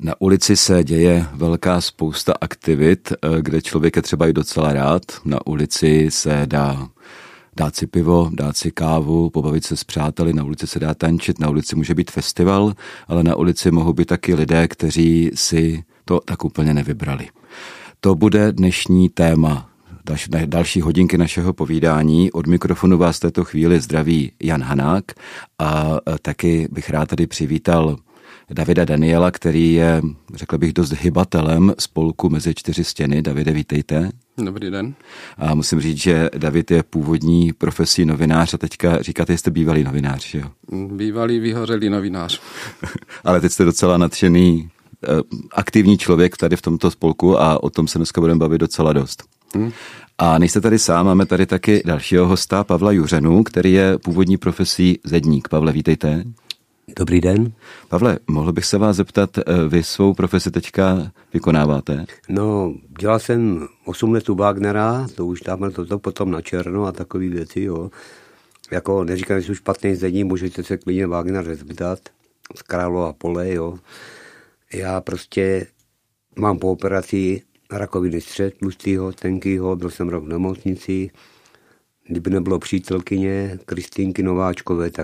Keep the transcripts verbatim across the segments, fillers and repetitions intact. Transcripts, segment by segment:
Na ulici se děje velká spousta aktivit, kde člověk je třeba i docela rád. Na ulici se dá dát si pivo, dát si kávu, pobavit se s přáteli, na ulici se dá tančit, na ulici může být festival, ale na ulici mohou být taky lidé, kteří si to tak úplně nevybrali. To bude dnešní téma další hodinky našeho povídání. Od mikrofonu vás v této chvíli zdraví Jan Hanák a taky bych rád tady přivítal Davida Daniela, který je, řekl bych, dost hybatelem spolku Mezi čtyři stěny. Davide, vítejte. Dobrý den. A musím říct, že David je původní profesí novinář a teďka říkáte, že jste bývalý novinář, že jo? Bývalý vyhořelý novinář. Ale teď jste docela nadšený, aktivní člověk tady v tomto spolku a o tom se dneska budeme bavit docela dost. Hmm. A nejste tady sám, máme tady taky dalšího hosta, Pavla Juřenu, který je původní profesí zedník. Pavle, vítejte. Dobrý den. Pavle, mohl bych se vás zeptat, vy svou profesi teďka vykonáváte? No, dělal jsem osm let u Wagnera, to už tam to, to potom na černo a takový věci, jo. Jako neříkám, že jsou špatný zedník, můžete se klidně Wagner zeptat, z Králova pole, jo. Já prostě mám po operaci rakoviny střed tlustýho, tenkýho, byl jsem rok v nemocnici. Kdyby nebylo přítelkyně Kristýnky Nováčkové, tak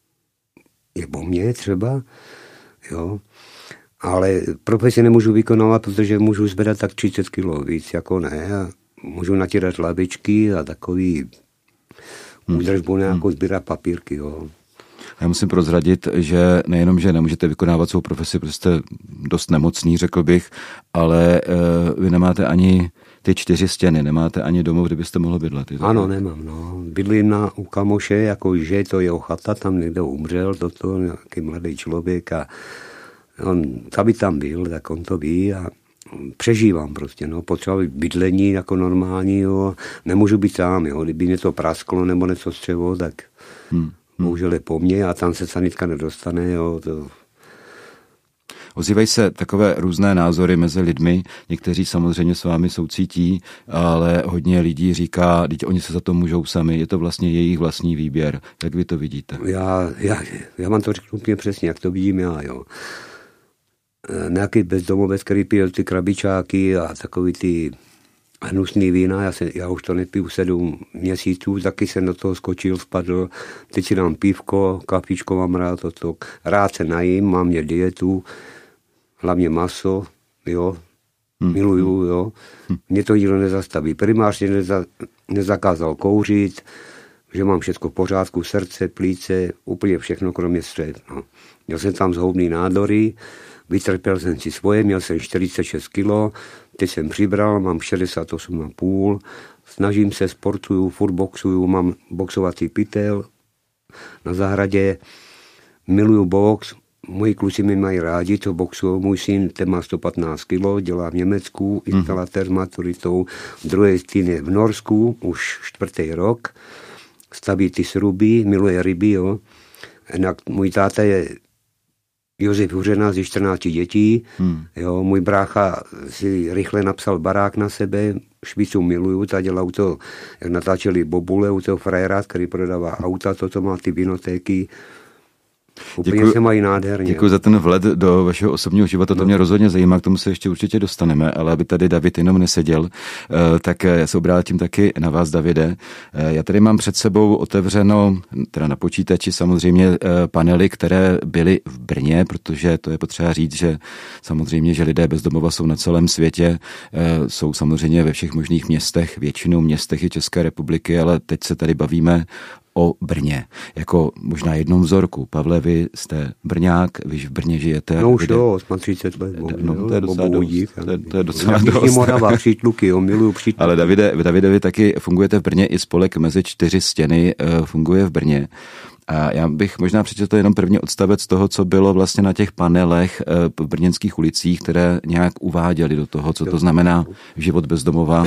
je po mně třeba, jo. Ale profesi nemůžu vykonávat, protože můžu zvedat tak třicet kilo víc, jako ne. A můžu natírat lavičky a takový údržbu nějakou sbírat papírky, jo. Já musím prozradit, že nejenom, že nemůžete vykonávat svou profesi, protože jste dost nemocný, řekl bych, ale uh, vy nemáte ani ty čtyři stěny, nemáte ani domov, kde byste mohl bydlet. Ano, nemám, no. Bydlím na, u kamoše, jako že to jeho chata, tam někdo umřel, toto, nějaký mladý člověk a on, aby tam byl, tak on to ví a přežívám prostě, no. Potřebuji bydlení jako normální, jo. Nemůžu být sám, jo. Kdyby něco prasklo nebo něco střevo, tak hmm. bohužel je po mně a tam se sanitka nedostane, jo, to... Ozývají se takové různé názory mezi lidmi, někteří samozřejmě s vámi soucítí, ale hodně lidí říká, teď oni se za to můžou sami, je to vlastně jejich vlastní výběr. Jak vy to vidíte? Já, já, já mám to řekl úplně přesně, jak to vidím já, jo. Nějaký bezdomovec, který pil ty krabičáky a takový ty hnusný vína, já, se, já už to nepiju sedm měsíců, taky jsem do toho skočil, spadl, teď si dám pívko, kafičko mám rád, toto, rád se najím, mám mě dietu, hlavně maso, jo, hmm. miluju, jo, hmm. mě to nikdo nezastaví. Primářně neza, nezakázal kouřit, že mám všechno v pořádku, srdce, plíce, úplně všechno, kromě střed, no. Měl jsem tam zhoubný nádory, vytrpěl jsem si svoje, měl jsem čtyřicet šest kilo, teď jsem přibral, mám šedesát osm a půl, snažím se, sportuju, furt boxuju, mám boxovací pytel na zahradě, miluju box, moji kluci mi mají rádi, co boxují, můj syn, ten má sto patnáct kilo, dělá v Německu, instalatér s maturitou, druhý syn je v Norsku, už čtvrtý rok, staví ty sruby, miluje ryby, jo. Jinak můj táta je Josef Huřena ze čtrnácti dětí, hmm. jo, můj brácha si rychle napsal barák na sebe, Švicu miluju, ta dělal to, jak natáčeli Bobule, u toho frajera, který prodává auta, toto má ty vinotéky, úplně děkuji, se mají nádherně. Děkuji za ten vhled do vašeho osobního života, to no. mě rozhodně zajímá, k tomu se ještě určitě dostaneme, ale aby tady David jenom neseděl, tak já se obrátím taky na vás, Davide. Já tady mám před sebou otevřeno, teda na počítači samozřejmě, panely, které byly v Brně, protože to je potřeba říct, že samozřejmě, že lidé bez domova jsou na celém světě, jsou samozřejmě ve všech možných městech, většinou městech i České republiky, ale teď se tady bavíme o Brně. Jako možná jednom vzorku. Pavle, vy jste Brňák, vy v Brně žijete. No už to, mám třicet let. No, to je docela dost. To je, to je docela dost. Morava, přítluky, jo, miluju přítluky. Ale Davide, Davide, vy taky fungujete v Brně, i spolek Mezi čtyři stěny funguje v Brně. A já bych možná přečetl jenom první odstavec toho, co bylo vlastně na těch panelech v brněnských ulicích, které nějak uváděli do toho, co to znamená život bez domova.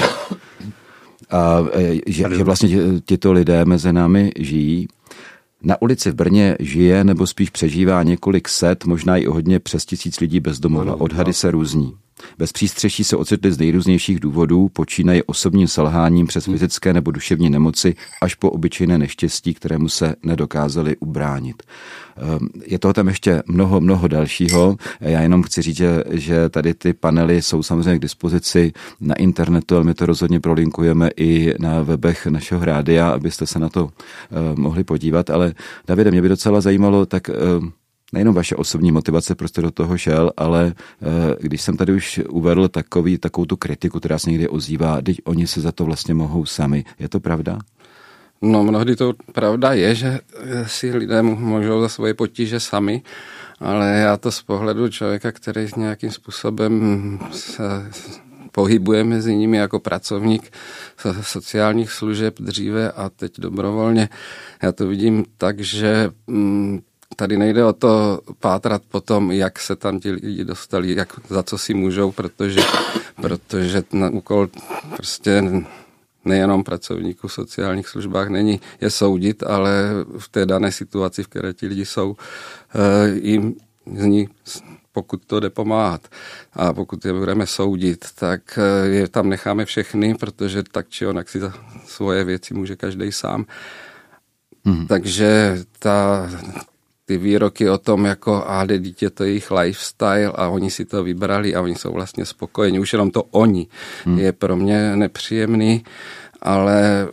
A že, že vlastně tito lidé mezi námi žijí. Na ulici v Brně žije nebo spíš přežívá několik set, možná i o hodně přes tisíc lidí bez domova. Odhady se různí. Bez přístřeší se ocitli z nejrůznějších důvodů, počínají osobním selháním přes fyzické nebo duševní nemoci až po obyčejné neštěstí, kterému se nedokázali ubránit. Je toho tam ještě mnoho, mnoho dalšího. Já jenom chci říct, že, že tady ty panely jsou samozřejmě k dispozici na internetu, ale my to rozhodně prolinkujeme i na webech našeho rádia, abyste se na to uh, mohli podívat. Ale Davide, mě by docela zajímalo, tak uh, nejenom vaše osobní motivace, proč jste do toho šel, ale uh, když jsem tady už uvedl takový, takovou tu kritiku, která se někdy ozývá, teď oni se za to vlastně mohou sami. Je to pravda? No, mnohdy to pravda je, že si lidé můžou za svoje potíže sami, ale já to z pohledu člověka, který nějakým způsobem se pohybuje mezi nimi jako pracovník sociálních služeb dříve a teď dobrovolně, já to vidím tak, že tady nejde o to pátrat po tom, jak se tam ti lidi dostali, jak, za co si můžou, protože, protože na úkol prostě nejenom pracovníků v sociálních službách není je soudit, ale v té dané situaci, v které ti lidi jsou, jim z ní, pokud to jde, pomáhat. A pokud je budeme soudit, tak je tam necháme všechny, protože tak či onak si za svoje věci může každý sám. Hmm. Takže ta, ty výroky o tom, jako a dítě to je jejich lifestyle a oni si to vybrali a oni jsou vlastně spokojení. Už jenom to oni hmm. je pro mě nepříjemný, ale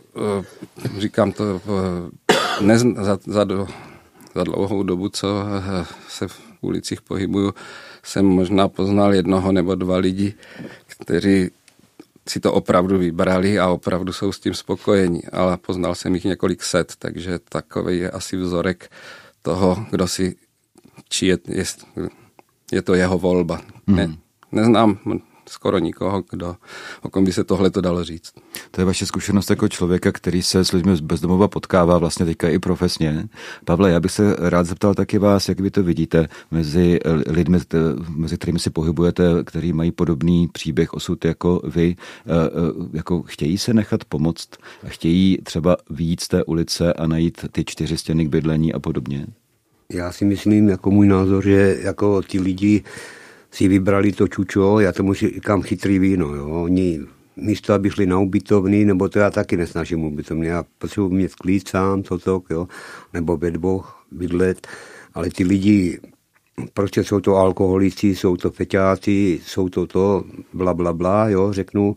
říkám to nezn, za, za, do, za dlouhou dobu, co se v ulicích pohybuju, jsem možná poznal jednoho nebo dva lidi, kteří si to opravdu vybrali a opravdu jsou s tím spokojení, ale poznal jsem jich několik set, takže takový je asi vzorek toho, kdo si, či je, je, je to jeho volba. Hmm. Ne, neznám skoro nikoho, kdo, o kom by se tohle to dalo říct. To je vaše zkušenost jako člověka, který se s lidmi z bezdomova potkává vlastně teďka i profesně. Pavle, já bych se rád zeptal taky vás, jak vy to vidíte mezi lidmi, mezi kterými si pohybujete, kteří mají podobný příběh, osud jako vy. Jako chtějí se nechat pomoct? Chtějí třeba vyjít z té ulice a najít ty čtyři stěny k bydlení a podobně? Já si myslím, jako můj názor, že jako ti lidi si vybrali to čučo, já tomu říkám chytrý víno, jo. Oni místo, aby šli na ubytovny, nebo to já taky nesnažím ubytovny, já potřebuji mít klid sám, toto, jo, nebo ve dvou bydlet, ale ty lidi, prostě jsou to alkoholici, jsou to feťáci, jsou to to, bla, bla, bla, jo, řeknu,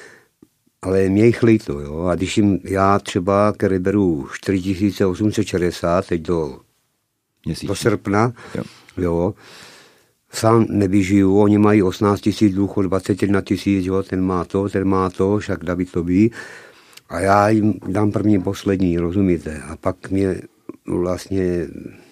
ale mě jich líto, jo, a když jim já třeba, který beru čtyři tisíce osm set šedesát, teď do, do srpna, jo, jo, sám nevyžiju, oni mají osmnáct tisíc důchod, dvacet jedna tisíc, jo, ten má to, ten má to, však David to ví. A já jim dám první, poslední, rozumíte? A pak mě vlastně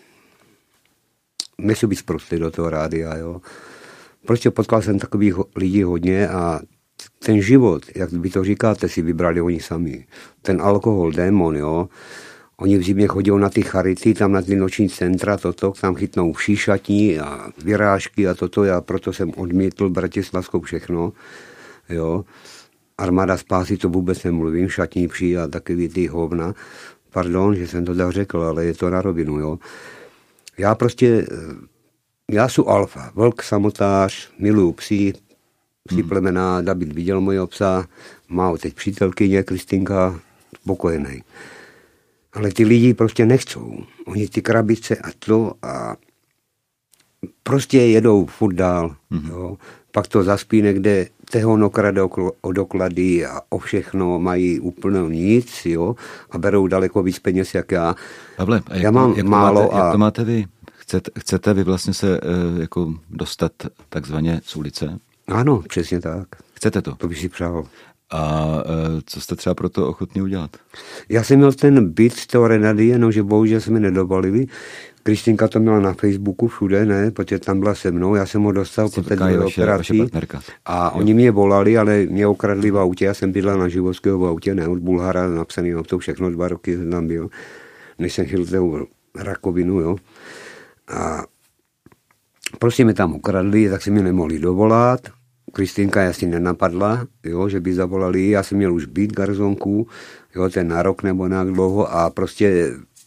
nechci být zprostý do toho rádia, jo. Prostě potkal jsem takových lidí hodně a ten život, jak vy to říkáte, si vybrali oni sami. Ten alkohol, démon, jo. Oni v zimě chodí na ty charity, tam na ty noční centra, toto, tam chytnou všíšatní a vyrážky a toto, já proto jsem odmítl Bratislavskou všechno, jo. Armáda spásy, to vůbec nemluvím, šatní pší a takový ty hovna. Pardon, že jsem to tak řekl, ale je to na rovinu, jo. Já prostě, já jsem alfa, vlk, samotář, miluju psi, psi hmm. plemena, David viděl moje psa, má teď přítelkyně, Kristinka, spokojený. Ale ty lidi prostě nechcou. Oni ty krabice a to a prostě jedou furt dál. Mm-hmm. Jo. Pak to zaspí někde, toho nokrade o doklady a o všechno mají úplně nic, jo, a berou daleko víc peněz, jak já. Pavle, a jak, já mám jak, málo to máte, a... jak to máte vy? Chcete, chcete vy vlastně se uh, jako dostat takzvaně z ulice? Ano, přesně tak. Chcete to? To bych si přál. A uh, co jste třeba pro to ochotný udělat? Já jsem měl ten byt z toho Renady, jenomže bohužel jsme nedobalili. Kristinka to měla na Facebooku všude, ne, protože tam byla se mnou, já jsem ho dostal po té dvě operaci a jo. Oni mě volali, ale mě okradli v autě, já jsem bydlel na Živovského v autě, ne, od Bulhara, napsaný na to všechno, dva roky jsem tam byl, než jsem chyl tu rakovinu, jo. A prostě mě tam ukradli, tak se mi nemohli dovolat. Kristinka jasně nenapadla, jo, že by zavolali, já jsem měl už byt garzonku, jo, ten na rok nebo na dlouho a prostě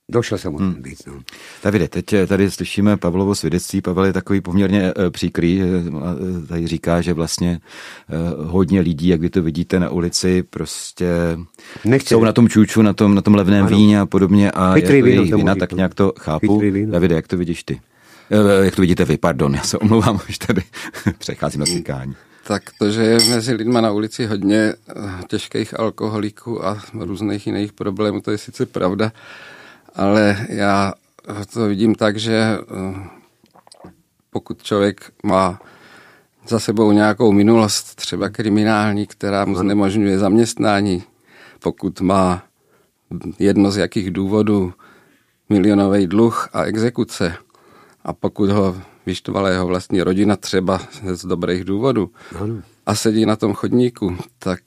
Došel jsem o tom víc, no. Davide, teď tady slyšíme Pavlovo svědectví. Pavel je takový poměrně e, příkrý. E, tady říká, že vlastně e, hodně lidí, jak vy to vidíte na ulici, prostě Nechce. jsou na tom čůču, na tom, na tom levném ano. víně a podobně a Chytrý je to jejich vina, tak nějak to chápu. Davide, jak to vidíš ty? E, jak to vidíte vy, pardon, já se omlouvám, už tady přecházím na slíkání. Tak to, že je mezi lidma na ulici hodně těžkých alkoholiků a různých jiných problémů, to je sice pravda, ale já to vidím tak, že pokud člověk má za sebou nějakou minulost, třeba kriminální, která mu znemožňuje zaměstnání, pokud má jedno z jakých důvodů milionový dluh a exekuce a pokud ho vyštvala jeho vlastní rodina třeba z dobrých důvodů a sedí na tom chodníku, tak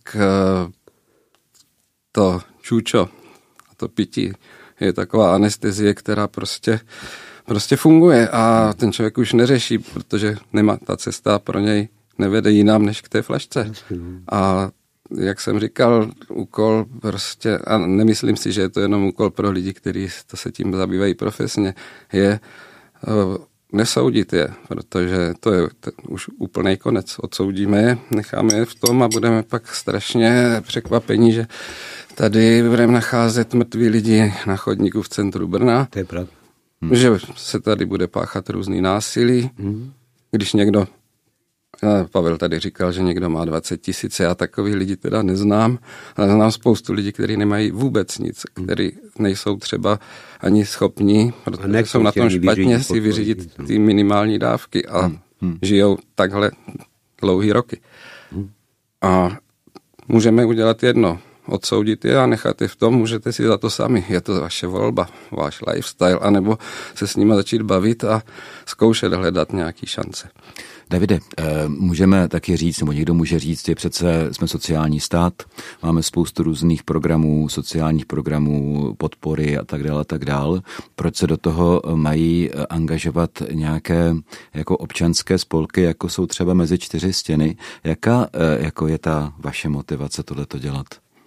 to čůčo a to pití je taková anestezie, která prostě, prostě funguje a ten člověk už neřeší, protože nemá, ta cesta pro něj nevede jinam než k té flašce. A jak jsem říkal, úkol prostě, a nemyslím si, že je to jenom úkol pro lidi, kteří to se tím zabývají profesně, je uh, nesoudit je, protože to je t- už úplný konec. Odsoudíme je, necháme je v tom a budeme pak strašně překvapení, že tady budeme nacházet mrtví lidi na chodníku v centru Brna. To je pravda. Hmm. Že se tady bude páchat různý násilí. Hmm. Když někdo, Pavel tady říkal, že někdo má dvacet tisíc, já takový lidi teda neznám, ale znám spoustu lidí, kteří nemají vůbec nic, hmm. kteří nejsou třeba ani schopní, protože jsou na tom špatně si vyřídit ty minimální dávky a hmm. žijou takhle dlouhý roky. Hmm. A můžeme udělat jedno, odsoudit je a nechat je v tom, můžete si za to sami. Je to vaše volba, váš lifestyle, anebo se s nimi začít bavit a zkoušet hledat nějaký šance. Davide, můžeme taky říct, nebo někdo může říct, že přece jsme sociální stát, máme spoustu různých programů, sociálních programů, podpory a tak dále a tak dále. Proč se do toho mají angažovat nějaké jako občanské spolky, jako jsou třeba Mezi čtyři stěny? Jaká jako je ta vaše motivace tohleto dělat?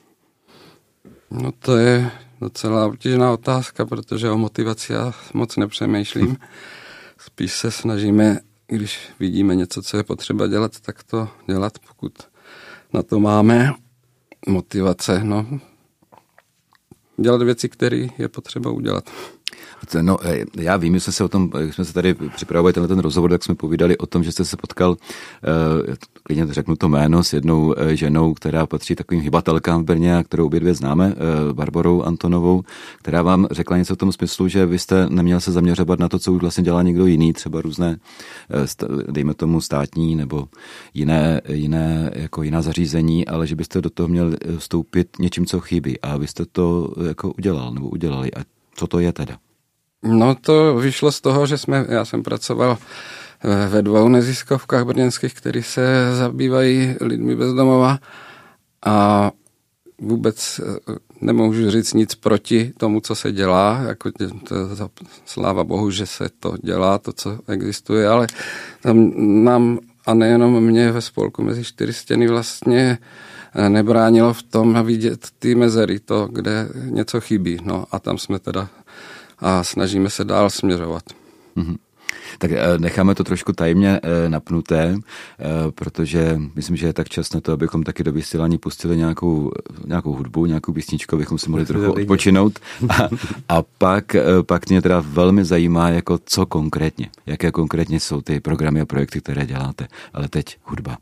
No to je docela obtížná otázka, protože o motivaci já moc nepřemýšlím. Spíš se snažíme, když vidíme něco, co je potřeba dělat, tak to dělat, pokud na to máme motivace. No, dělat věci, které je potřeba udělat. No, já vím, že jsme se o tom, jak jsme se tady připravovali tenhle ten rozhovor, tak jsme povídali o tom, že jste se potkal, eh, klidně řeknu to jméno, s jednou eh, ženou, která patří takovým hybatelkám v Brně, a kterou obě dvě známe, eh, Barborou Antonovou, která vám řekla něco v tom smyslu, že vy jste neměl se zaměřovat na to, co už vlastně dělá někdo jiný, třeba různé, eh, dejme tomu státní nebo jiné, jiné, jako jiná zařízení, ale že byste do toho měl vstoupit něčím, co chybí. A vy jste to jako udělal, nebo udělali. A co to je teda? No to vyšlo z toho, že jsme, já jsem pracoval ve dvou neziskovkách brněnských, které se zabývají lidmi bez domova a vůbec nemůžu říct nic proti tomu, co se dělá, jako to, sláva bohu, že se to dělá, to, co existuje, ale tam nám, a nejenom mě ve spolku Mezi čtyři stěny vlastně nebránilo v tom vidět ty mezery, to, kde něco chybí, no a tam jsme teda a snažíme se dál směřovat. Mm-hmm. Tak necháme to trošku tajemně napnuté, protože myslím, že je tak čas na to, abychom taky do vysílání pustili nějakou, nějakou hudbu, nějakou písničku, abychom si mohli trochu odpočinout. A, a pak, pak mě teda velmi zajímá, jako co konkrétně, jaké konkrétně jsou ty programy a projekty, které děláte. Ale teď hudba.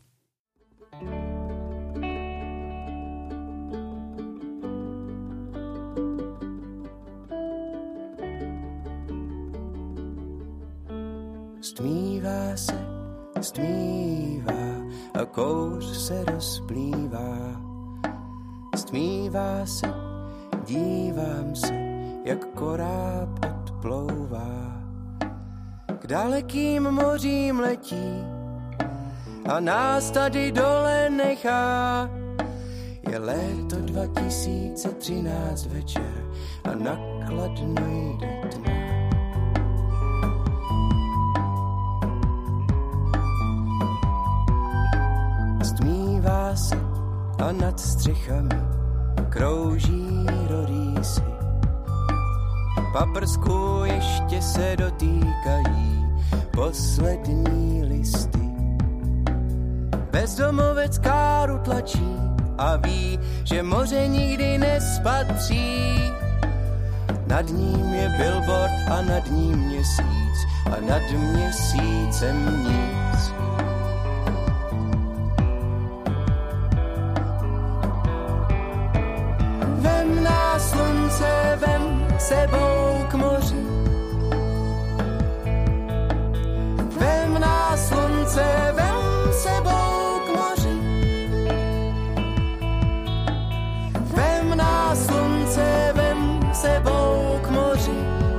Stmívá se, stmívá a kouř se rozplývá. Stmívá se, dívám se, jak koráb odplouvá. K dalekým mořím letí a nás tady dole nechá. Je léto dva tisíce třináct večer a na Kladno jde tma. Stmívá se a nad střechami krouží rorýsy. paprsku ještě se dotýkají poslední listy. Bezdomovec káru tlačí a ví, že moře nikdy nespatří. Nad ním je billboard a nad ním měsíc a nad měsícem nic. Vem nás slunce, vem sebou k moři. Vem nás slunce, vem sebou k moři. Vem nás slunce, vem sebou k moři.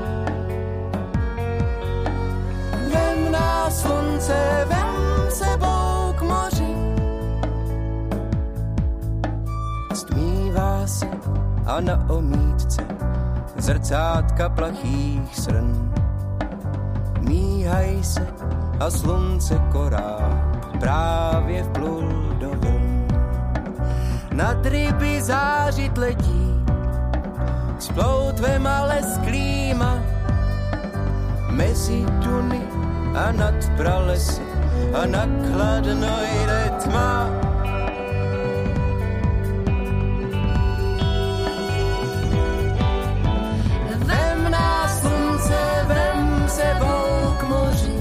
Vem nás slunce, vem sebou k moři. Stmívá se a na omítce zrcátka plachých srn. Míhaj se a slunce korá právě vplul do vln. Nad ryby zářit letí s ploutvem a lesklýma mezi duny a nad pralesy a na Kladno jde tma. Vem nás slunce, vem sebou k moři.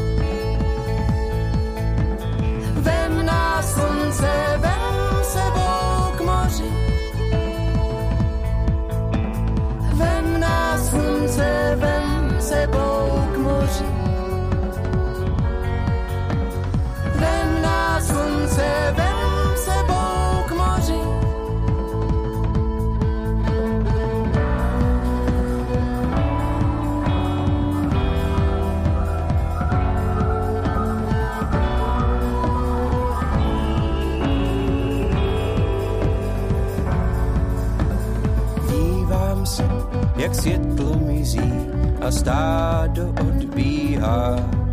Vem nás slunce, vem sebou k moři. Vem nás slunce, vem sebou k moři. Vem nás slunce, vem sebou k moři. Dívám se, jak světlo mizí a stádo odbíhá.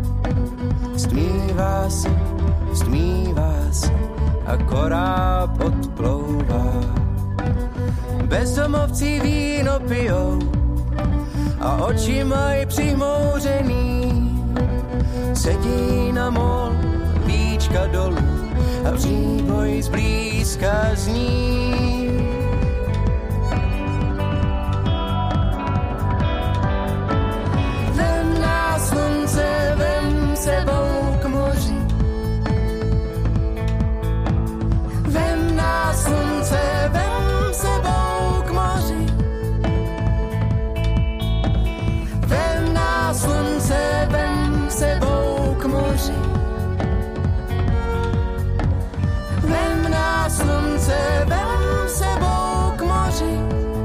Stmívá se, stmívá se a koráb odplouvá. Bezdomovci víno pijou a oči mají přihmouřený. Sedí na mol, víčka dolů a příboj zblízka zní. Vem nás slunce, vem sebou k moři. Vem nás slunce, vem sebou k moři. Vem nás slunce, vem sebou k moři. Vem nás slunce, vem sebou k moři.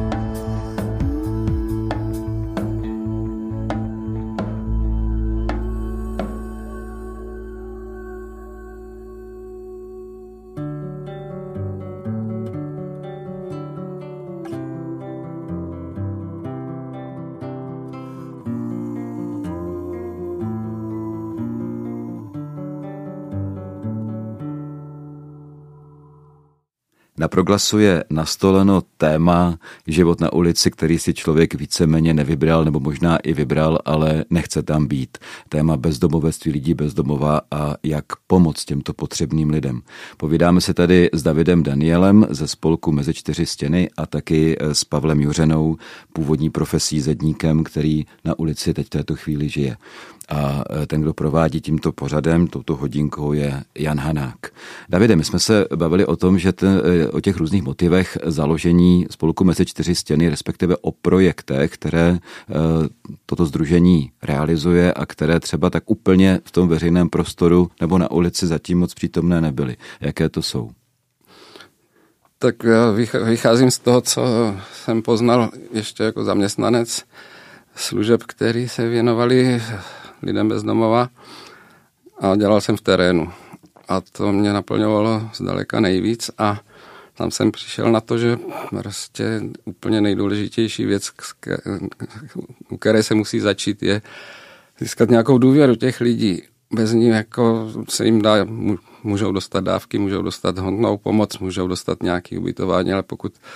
Na Proglasu je nastoleno téma život na ulici, který si člověk víceméně nevybral, nebo možná i vybral, ale nechce tam být. Téma bezdomovectví lidí bezdomova a jak pomoct těmto potřebným lidem. Povídáme se tady s Davidem Danielem ze spolku Mezi čtyři stěny a taky s Pavlem Juřenou, původní profesí zedníkem, který na ulici teď v této chvíli žije. A ten, kdo provádí tímto pořadem, touto hodinkou, je Jan Hanák. Davide, my jsme se bavili o tom, že ten, o těch různých motivech založení spolku Mezi čtyři stěny, respektive o projektech, které toto sdružení realizuje a které třeba tak úplně v tom veřejném prostoru nebo na ulici zatím moc přítomné nebyly. Jaké to jsou? Tak já vycházím z toho, co jsem poznal ještě jako zaměstnanec služeb, který se věnovali lidem bez domova a dělal jsem v terénu. A to mě naplňovalo zdaleka nejvíc a tam jsem přišel na to, že prostě úplně nejdůležitější věc, u které se musí začít, je získat nějakou důvěru těch lidí. Bez ní jako se jim dá, můžou dostat dávky, můžou dostat hmotnou pomoc, můžou dostat nějaké ubytování, ale pokud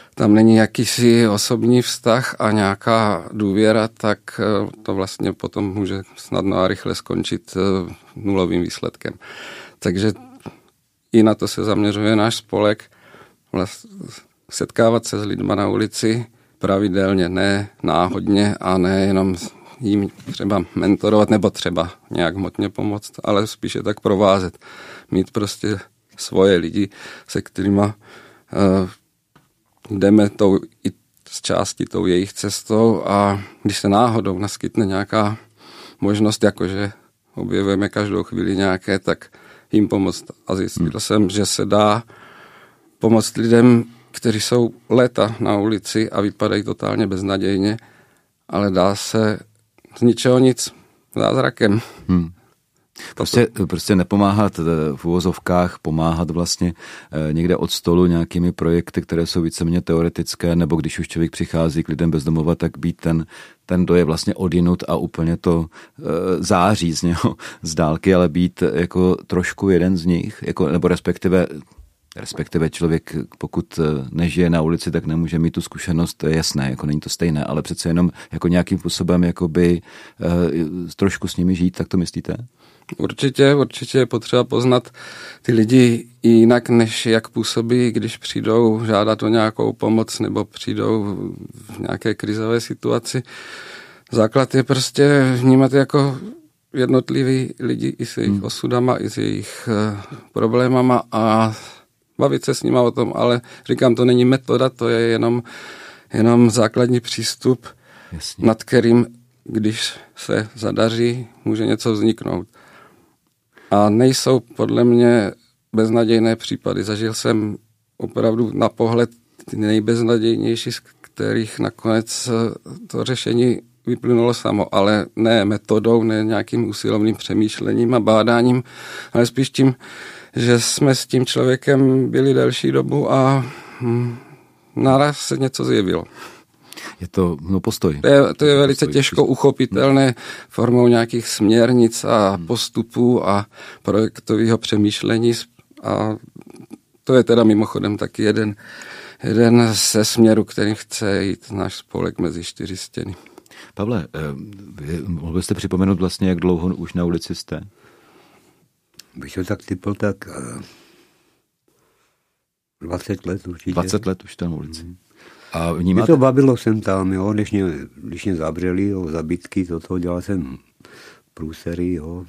tam není jakýsi osobní vztah a nějaká důvěra, tak to vlastně potom může snadno a rychle skončit nulovým výsledkem. Takže i na to se zaměřuje náš spolek, vlastně setkávat se s lidma na ulici pravidelně, ne náhodně a ne jenom jim třeba mentorovat nebo třeba nějak hmotně pomoct, ale spíše tak provázet. Mít prostě svoje lidi, se kterýma uh, jdeme tou, i z části tou jejich cestou a když se náhodou naskytne nějaká možnost, jakože objevujeme každou chvíli nějaké, tak jim pomoct. A zjistil hmm. jsem, že se dá pomoct lidem, kteří jsou léta na ulici a vypadají totálně beznadějně, ale dá se z ničeho nic zázrakem. Hmm. Prostě, prostě nepomáhat v uvozovkách, pomáhat vlastně někde od stolu nějakými projekty, které jsou víceméně teoretické, nebo když už člověk přichází k lidem bezdomova, tak být ten, ten kdo je vlastně odinut a úplně to e, září z něho z dálky, ale být jako trošku jeden z nich, jako, nebo respektive respektive člověk, pokud nežije na ulici, tak nemůže mít tu zkušenost, to je jasné, jako není to stejné, ale přece jenom jako nějakým způsobem jakoby e, trošku s nimi žít, tak to myslíte? Určitě, určitě je potřeba poznat ty lidi jinak, než jak působí, když přijdou žádat o nějakou pomoc nebo přijdou v nějaké krizové situaci. Základ je prostě vnímat jako jednotlivý lidi i s jejich hmm. osudama, i s jejich uh, problémama a bavit se s nima o tom, ale říkám, to není metoda, to je jenom, jenom základní přístup, Jasně. nad kterým, když se zadaří, může něco vzniknout. A nejsou podle mě beznadějné případy. Zažil jsem opravdu na pohled ty nejbeznadějnější, z kterých nakonec to řešení vyplynulo samo, ale ne metodou, ne nějakým usilovným přemýšlením a bádáním, ale spíš tím, že jsme s tím člověkem byli delší dobu a hm, naraz se něco zjevilo. Je to no, postoj. To je, to je velice postoj. Těžko uchopitelné formou nějakých směrnic a postupů a projektového přemýšlení a to je teda mimochodem taky jeden, jeden ze směrů, kterým chce jít náš spolek mezi čtyři stěny. Pavle, eh, mohl byste připomenout vlastně, jak dlouho už na ulici jste? Bych to tak typl, tak uh, dvacet let určitě. dvacet let už tam na ulici. Hmm. A vnímáte? Mě to bavilo jsem tam, jo, když mě, když mě zabřeli, jo, zabitky, toto, dělal jsem průsery, jo.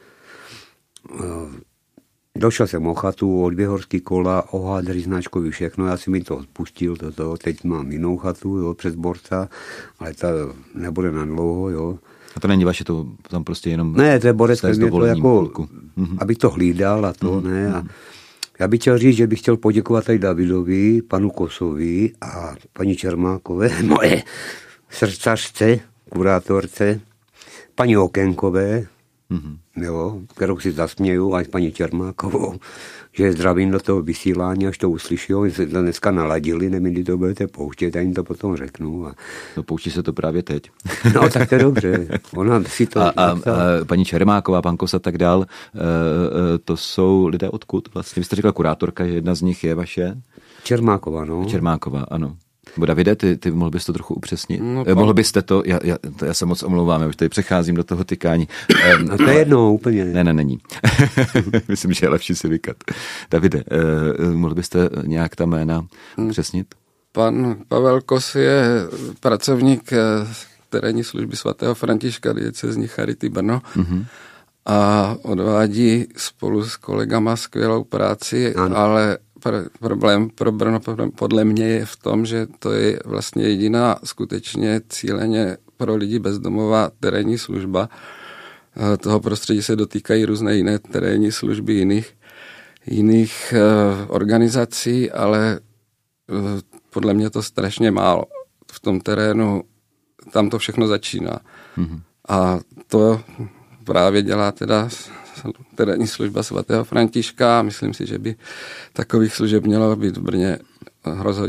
Došel jsem o chatu, o dvě horský kola, o hádry, značkový, všechno, já si mi to odpustil, toto, teď mám jinou chatu, jo, přes borca, ale ta nebude na dlouho, jo. A to není vaše, to tam prostě jenom... Ne, to je borec, mě to jako, mm-hmm. abych to hlídal a to, mm-hmm. ne, a já bych chtěl říct, že bych chtěl poděkovat tady Davidovi, panu Kosovi a paní Čermákové, moje srdcařce, kurátorce, paní Okénkové, mm-hmm. jo, kterou si zasměju, a paní Čermákovou, že zdravím do toho vysílání, až to uslyší, oni se to dneska naladili, nevím, kdy to budete pouštět, já jim to potom řeknu. A... No pouští se to právě teď. No tak to je dobře. Ona si to... A, a, a paní Čermáková, pan Kos a tak dál, to jsou lidé odkud vlastně? Vy jste říkala kurátorka, že jedna z nich je vaše? Čermáková, no. Čermáková, ano. Bo Davide, ty, ty mohl bys to trochu upřesnit? No, pan... Mohl byste to, já, já, to, já se moc omlouvám, já už tady přecházím do toho tykání. No to je jedno, úplně. Ne, ne, není. Myslím, že je lepší si vykat. Davide, eh, mohl byste nějak ta jména upřesnit? Pan Pavel Kos je pracovník terénní služby svatého Františka diecézní Charity Brno mm-hmm. a odvádí spolu s kolegama skvělou práci, ano. ale problém pro Brno podle mě je v tom, že to je vlastně jediná skutečně cíleně pro lidi bezdomová terénní služba. Toho prostředí se dotýkají různé jiné terénní služby jiných, jiných organizací, ale podle mě to strašně málo. V tom terénu tam to všechno začíná. Mm-hmm. A to právě dělá teda terénní služba svatého Františka a myslím si, že by takových služeb mělo být v Brně rozhodně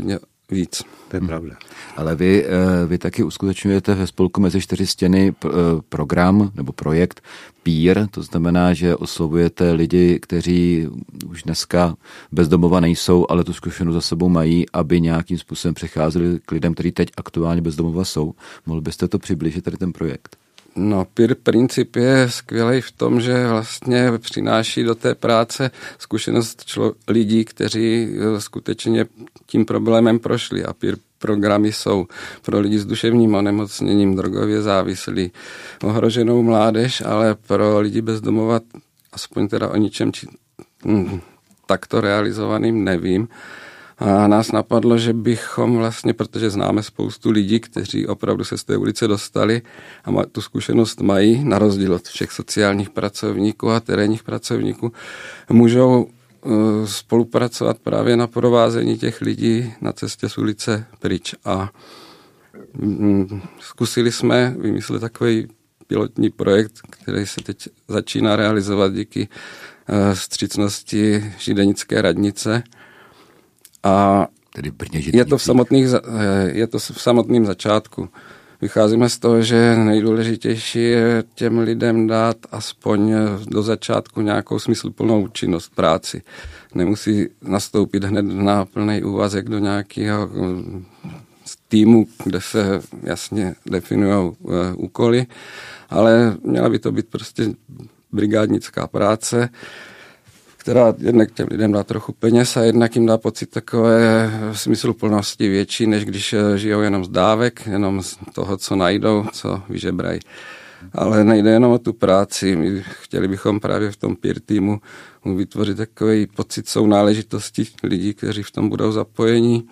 víc. To je hmm. pravda. Ale vy, vy taky uskutečňujete ve spolku Mezi čtyři stěny program nebo projekt Peer, to znamená, že oslovujete lidi, kteří už dneska bezdomova nejsou, ale tu zkušenost za sebou mají, aby nějakým způsobem přecházeli k lidem, kteří teď aktuálně bezdomova jsou. Mohl byste to přiblížit, tady ten projekt? No, peer princip je skvělý v tom, že vlastně přináší do té práce zkušenost člo- lidí, kteří skutečně tím problémem prošli. A peer programy jsou pro lidi s duševním onemocněním, drogově závislí, ohroženou mládež, ale pro lidi bezdomova, aspoň teda o ničem či, hm, takto realizovaným nevím. A nás napadlo, že bychom vlastně, protože známe spoustu lidí, kteří opravdu se z té ulice dostali a tu zkušenost mají, na rozdíl od všech sociálních pracovníků a terénních pracovníků, můžou spolupracovat právě na provázení těch lidí na cestě z ulice pryč. A zkusili jsme vymyslet takový pilotní projekt, který se teď začíná realizovat díky vstřícnosti židenické radnice. A tedy v Brně je to v, samotných, je to v samotném začátku. Vycházíme z toho, že nejdůležitější je těm lidem dát aspoň do začátku nějakou smysluplnou činnost, práci. Nemusí nastoupit hned na plný úvazek do nějakého týmu, kde se jasně definují úkoly, ale měla by to být prostě brigádnická práce, která jednak těm lidem dá trochu peněz a jednak jim dá pocit takové smysluplnosti větší, než když žijou jenom z dávek, jenom z toho, co najdou, co vyžebrají. Ale nejde jenom o tu práci. My chtěli bychom právě v tom peer týmu vytvořit takový pocit sounáležitosti lidí, kteří v tom budou zapojení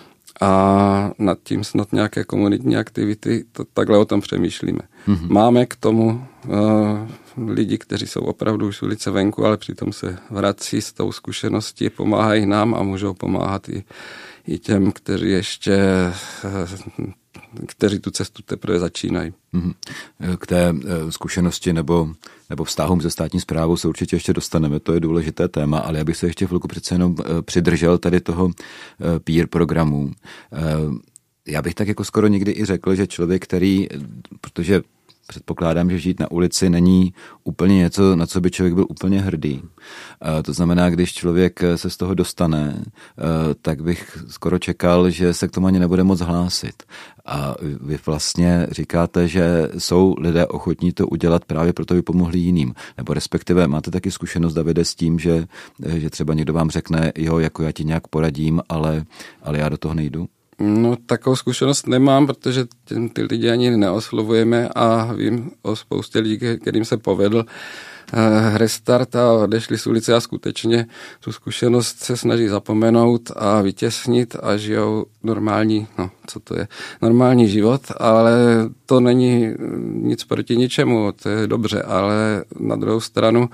a nad tím snad nějaké komunitní aktivity, to, takhle o tom přemýšlíme. Mm-hmm. Máme k tomu uh, lidi, kteří jsou opravdu už z ulice venku, ale přitom se vrací s tou zkušeností, pomáhají nám a můžou pomáhat i, i těm, kteří ještě uh, kteří tu cestu teprve začínají. Mm-hmm. K té uh, zkušenosti nebo, nebo vztahům se státní správou se určitě ještě dostaneme, to je důležité téma, ale já bych se ještě chvilku přece jenom uh, přidržel tady toho uh, peer programu. Uh, já bych tak jako skoro někdy i řekl, že člověk, který, protože předpokládám, že žít na ulici není úplně něco, na co by člověk byl úplně hrdý. To znamená, když člověk se z toho dostane, tak bych skoro čekal, že se k tomu ani nebude moc hlásit. A vy vlastně říkáte, že jsou lidé ochotní to udělat právě proto, aby pomohli jiným. Nebo respektive máte taky zkušenost, Davide, s tím, že, že třeba někdo vám řekne, jo, jako já ti nějak poradím, ale, ale já do toho nejdu? No, takovou zkušenost nemám, protože ty lidi ani neoslovujeme a vím o spoustě lidí, kterým se povedl restart a odešli z ulice a skutečně tu zkušenost se snaží zapomenout a vytěsnit a žijou normální, no co to je, normální život, ale to není nic proti ničemu, to je dobře, ale na druhou stranu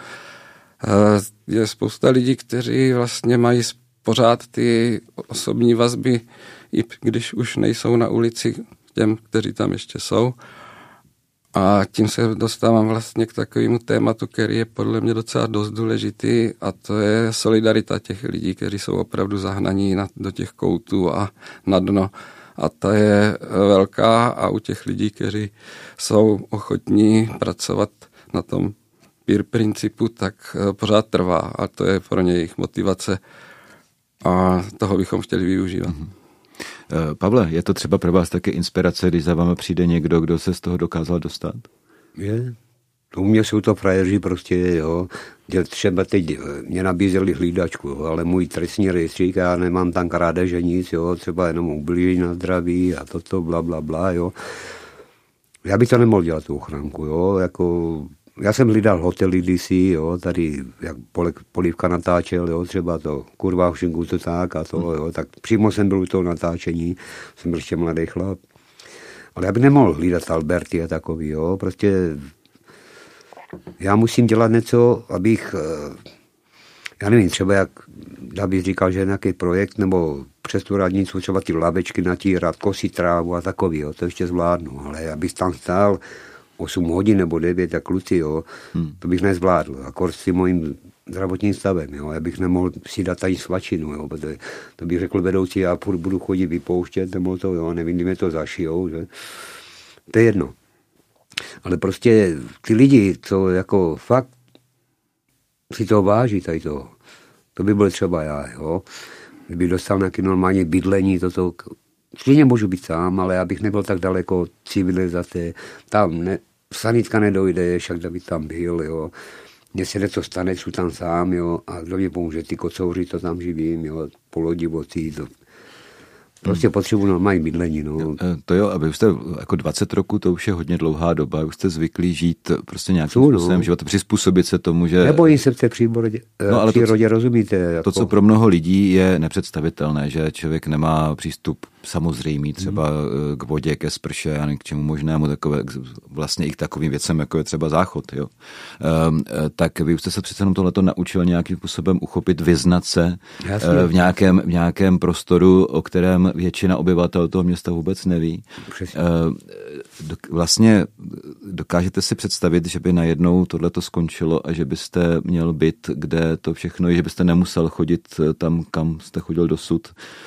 je spousta lidí, kteří vlastně mají pořád ty osobní vazby, i když už nejsou na ulici těm, kteří tam ještě jsou. A tím se dostávám vlastně k takovému tématu, který je podle mě docela dost důležitý, a to je solidarita těch lidí, kteří jsou opravdu zahnaní na, do těch koutů a na dno. A ta je velká a u těch lidí, kteří jsou ochotní pracovat na tom peer principu, tak pořád trvá a to je pro ně jejich motivace a toho bychom chtěli využívat. Mm-hmm. Pavle, je to třeba pro vás taky inspirace, když za vámi přijde někdo, kdo se z toho dokázal dostat? Je. U mě jsou to frajeři prostě, jo. Třeba teď mě nabízeli hlídačku, jo, ale můj trestní rejstřík, já nemám tam krádeže nic, jo, třeba jenom ublížení na zdraví a toto, bla, bla, bla, jo. Já bych to nemohl dělat, tu ochranku, jo, jako... Já jsem hlídal hotely kdysi, jo, tady jak Polívka natáčel, jo, třeba to Kurva Všinku, to tak a to, jo, tak přímo jsem byl u toho natáčení, jsem byl ještě mladý chlap. Ale já bych nemohl hlídat Alberty a takový, jo, prostě já musím dělat něco, abych, já nevím, třeba jak David říkal, že je nějaký projekt, nebo přes tu radnicu třeba ty lavečky natírat, kosit trávu a takový, jo, to ještě zvládnu, ale abych tam stál osm hodin nebo devět, jak kluci, jo, hmm. to bych nezvládl. Akor s tím mojím zdravotním stavem. Jo. Já bych nemohl si dát ani svačinu, jo, protože to bych řekl vedoucí, já furt budu chodit vypouštět, nebo to, jo, nevím, kdy mě to zašijou, že. To je jedno. Ale prostě ty lidi, co jako fakt si to váží tady toho, to by byl třeba já, jo. Kdybych dostal nějaké normální bydlení, toto, stejně můžu být sám, ale abych nebyl tak daleko civilizace, tam ne, sanitka nedojde, však by tam byl, jo. Mně se něco stane, jsou tam sám, jo, a kdo mě pomůže, ty kocouři, to tam živím, jo, polodivocí, to. Prostě hmm. potřebuji normální bydlení, no. To jo, aby jste jako dvacet roků, to už je hodně dlouhá doba, už jste zvyklí žít prostě nějakým Jsou, způsobem no. života, přizpůsobit se tomu, že... Nebojím se v té přírodě, no, ale přírodě, to, rozumíte? Jako... To, co pro mnoho lidí je nepředstavitelné, že člověk nemá přístup samozřejmý třeba hmm. k vodě, ke sprše a k čemu možnému, takové, vlastně i k takovým věcem, jako je třeba záchod, jo. Um, tak vy jste se přece jenom tohleto naučil nějakým způsobem uchopit, vyznat se v nějakém, v nějakém prostoru, o kterém většina obyvatel toho města vůbec neví. Přesně. Vlastně dokážete si představit, že by najednou tohleto skončilo a že byste měl byt, kde to všechno je, že byste nemusel chodit tam, kam jste chodil dosud.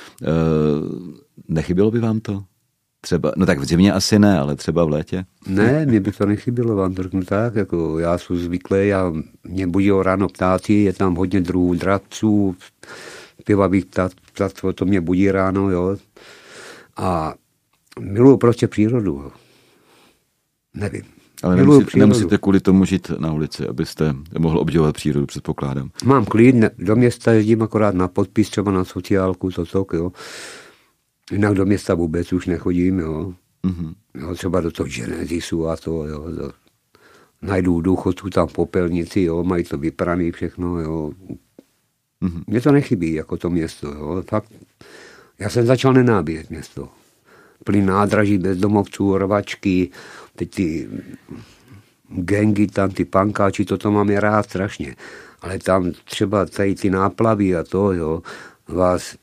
Nechybělo by vám to? Třeba, no tak v zimě asi ne, ale třeba v létě? Ne, mě by to nechybělo, vám to řeknu tak, jako já jsem zvyklý, já, mě budí ráno ptáci, je tam hodně druhů dravců, pěvavých ptactvo, to mě budí ráno, jo. A miluji prostě přírodu, jo. Nevím. Ale nemusíte, nemusíte kvůli tomu žít na ulici, abyste mohl obdivovat přírodu, předpokládám. Mám klid, do města jezdím akorát na podpis, třeba na sociálku, to tok, jo. Jinak do města vůbec už nechodím, jo. Mm-hmm. Jo, třeba do toho Genezisu a to, jo. To, najdu důchodců tam v popelnici, jo, mají to vypraný všechno, jo. Mm-hmm. Mně to nechybí, jako to město, jo. Fakt, já jsem začal nenábět město. Plný nádraží bezdomovců, rvačky, teď ty gengy tam, ty pankáči, toto mám je rád strašně. Ale tam třeba tady ty náplavy a to, jo, vás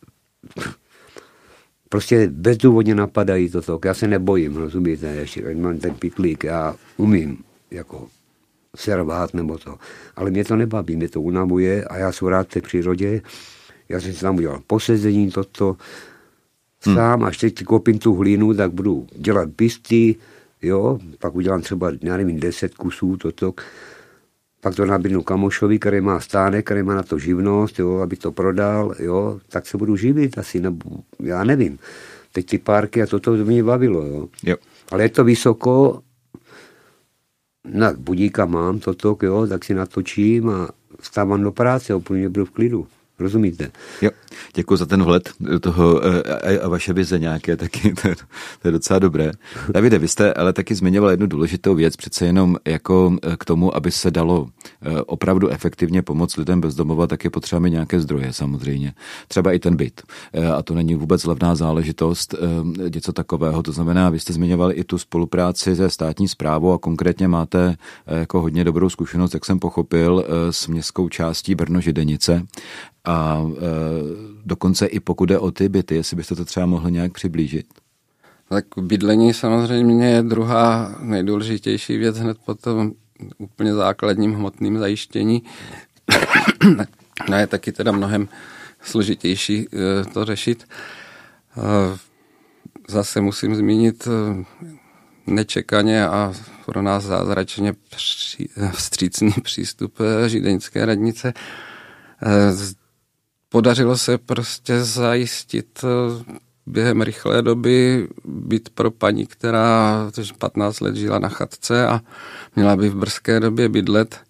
prostě bezdůvodně napadají toto. Já se nebojím, rozumíte, ještě mám ten pitlík, já umím, jako servát nebo to. Ale mě to nebaví, mě to unavuje a já jsem rád v té přírodě. Já jsem si tam udělal posezení, toto sám, hmm. až teď koupím tu hlínu, tak budu dělat bisty, jo, pak udělám třeba, já nevím, deset kusů, toto. Pak to nabídnu kamošovi, který má stánek, který má na to živnost, jo, aby to prodal, jo, tak se budu živit asi, nebo já nevím. Teď ty parky a toto to mě bavilo, jo. jo. Ale je to vysoko, no, budíka mám, toto, jo, tak si natočím a vstávám do práce, úplně budu v klidu. Rozumíte? Jo, děkuji za ten vhled do toho a vaše vize nějaké taky, to, to je docela dobré. Davide, vy jste ale taky zmiňoval jednu důležitou věc, přece jenom jako k tomu, aby se dalo opravdu efektivně pomoct lidem bezdomova, tak je potřeba mít nějaké zdroje samozřejmě. Třeba i ten byt. A to není vůbec levná záležitost, něco takového. To znamená, vy jste zmiňovali i tu spolupráci se státní správou a konkrétně máte jako hodně dobrou zkušenost, jak jsem pochopil, s městskou částí Brno-Židenice. A e, dokonce i pokud jde o ty byty, jestli byste to třeba mohli nějak přiblížit. Tak bydlení samozřejmě je druhá nejdůležitější věc hned po tom úplně základním hmotným zajištění. No je taky teda mnohem složitější e, to řešit. E, zase musím zmínit e, nečekaně a pro nás zázračně při, vstřícný přístup židenické radnice. E, Podařilo se prostě zajistit během rychlé doby byt pro paní, která patnáct let žila na chatce a měla by v brzké době bydlet.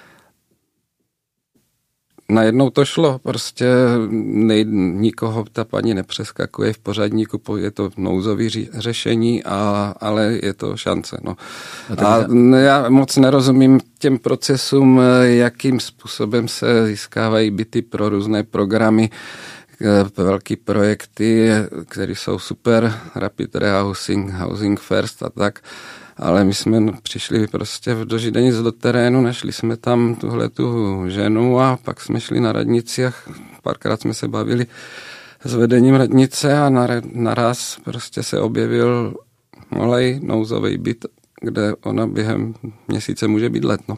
Najednou to šlo, prostě nej, nikoho ta paní nepřeskakuje v pořadníku, je to nouzové řešení, a, ale je to šance. No. A, a já moc nerozumím těm procesům, jakým způsobem se získávají byty pro různé programy, velké projekty, které jsou super, Rapid Rehousing, Housing First a tak. Ale my jsme přišli prostě do Židenic do terénu, našli jsme tam tuhle tu ženu a pak jsme šli na radnici a párkrát jsme se bavili s vedením radnice a naraz prostě se objevil malej nouzový byt, kde ona během měsíce může bydlet. No.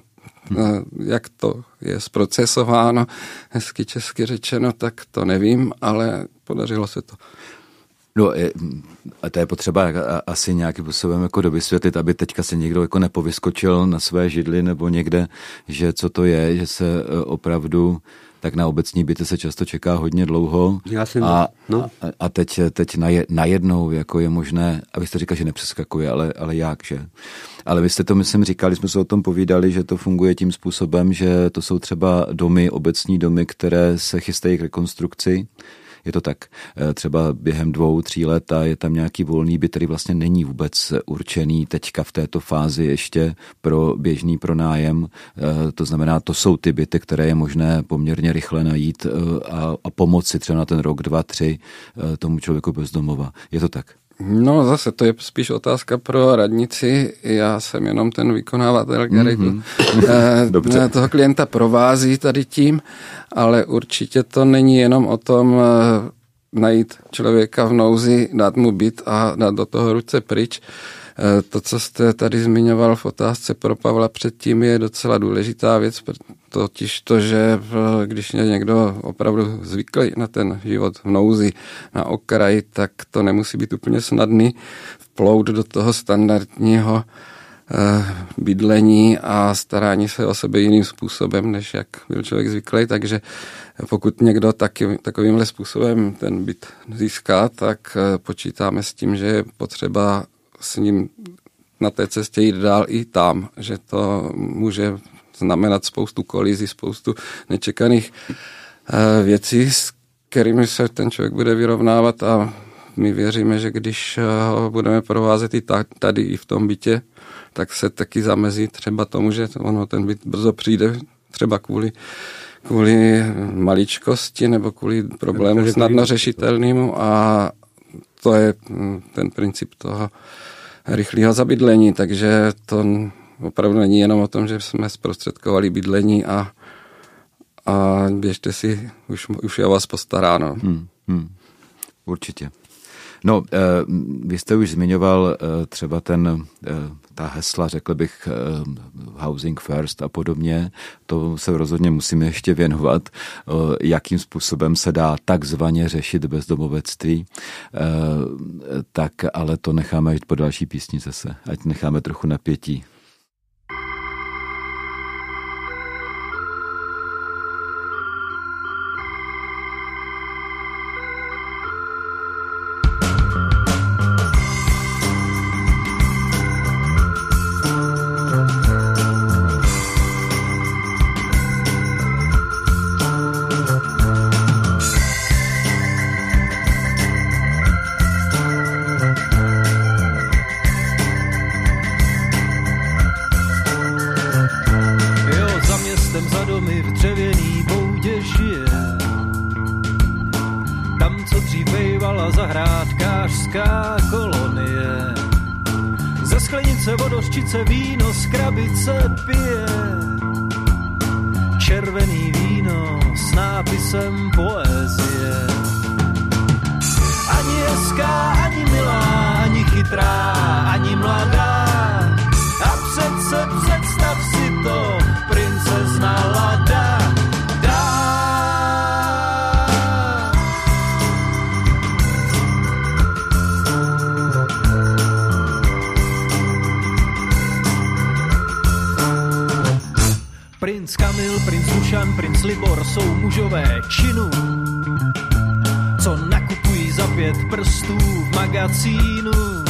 Jak to je zprocesováno, hezky česky řečeno, tak to nevím, ale podařilo se to. No a to je potřeba asi nějakým způsobem jako dovysvětlit, aby teďka se někdo jako nepovyskočil na své židli nebo někde, že co to je, že se opravdu tak na obecní byty se často čeká hodně dlouho. Já jsem, a, no. a, a teď, teď najednou jako je možné, a vy jste říkal, že nepřeskakuje, ale, ale jak, že? Ale vy jste to, myslím, říkali, jsme se o tom povídali, že to funguje tím způsobem, že to jsou třeba domy, obecní domy, které se chystají k rekonstrukci. Je to tak, třeba během dvou, tří let a je tam nějaký volný byt, který vlastně není vůbec určený teďka v této fázi ještě pro běžný pronájem. To znamená, to jsou ty byty, které je možné poměrně rychle najít a, a pomoci třeba na ten rok, dva, tři tomu člověku bezdomova. Je to tak? No zase, to je spíš otázka pro radnici. Já jsem jenom ten vykonávatel, který mm-hmm. toho klienta provází tady tím, ale určitě to není jenom o tom najít člověka v nouzi, dát mu byt a dát do toho ruce pryč. To, co jste tady zmiňoval v otázce pro Pavla předtím, je docela důležitá věc, totiž to, že když je někdo opravdu zvyklý na ten život v nouzi, na okraji, tak to nemusí být úplně snadný vplout do toho standardního bydlení a starání se o sebe jiným způsobem, než jak byl člověk zvyklý, takže pokud někdo taky, takovýmhle způsobem ten byt získá, tak počítáme s tím, že je potřeba s ním na té cestě jít dál i tam, že to může znamenat spoustu kolizí, spoustu nečekaných věcí, s kterými se ten člověk bude vyrovnávat a my věříme, že když ho budeme provázet i tady, i v tom bytě, tak se taky zamezí třeba tomu, že ono ten byt brzo přijde, třeba kvůli, kvůli maličkosti nebo kvůli problému snadno řešitelnému a to je ten princip toho rychlého zabydlení, takže to opravdu není jenom o tom, že jsme zprostředkovali bydlení a, a běžte si, už, už je o vás postaráno. Hmm, hmm, určitě. No, eh, vy jste už zmiňoval eh, třeba ten, eh, ta hesla, řekl bych, eh, housing first a podobně. To se rozhodně musíme ještě věnovat, eh, jakým způsobem se dá takzvaně řešit bezdomovectví. Eh, tak, ale to necháme jít po další písni zase, ať necháme trochu napětí. Vodořčice víno z krabice pije, červený víno s nápisem poezie. Ani hezká, ani milá, ani chytrá, ani mladá. A přece představ si to, princezna Lada. Princ Kamil, princ Dušan, princ Libor jsou mužové činu, co nakupují za pět prstů v magazínu.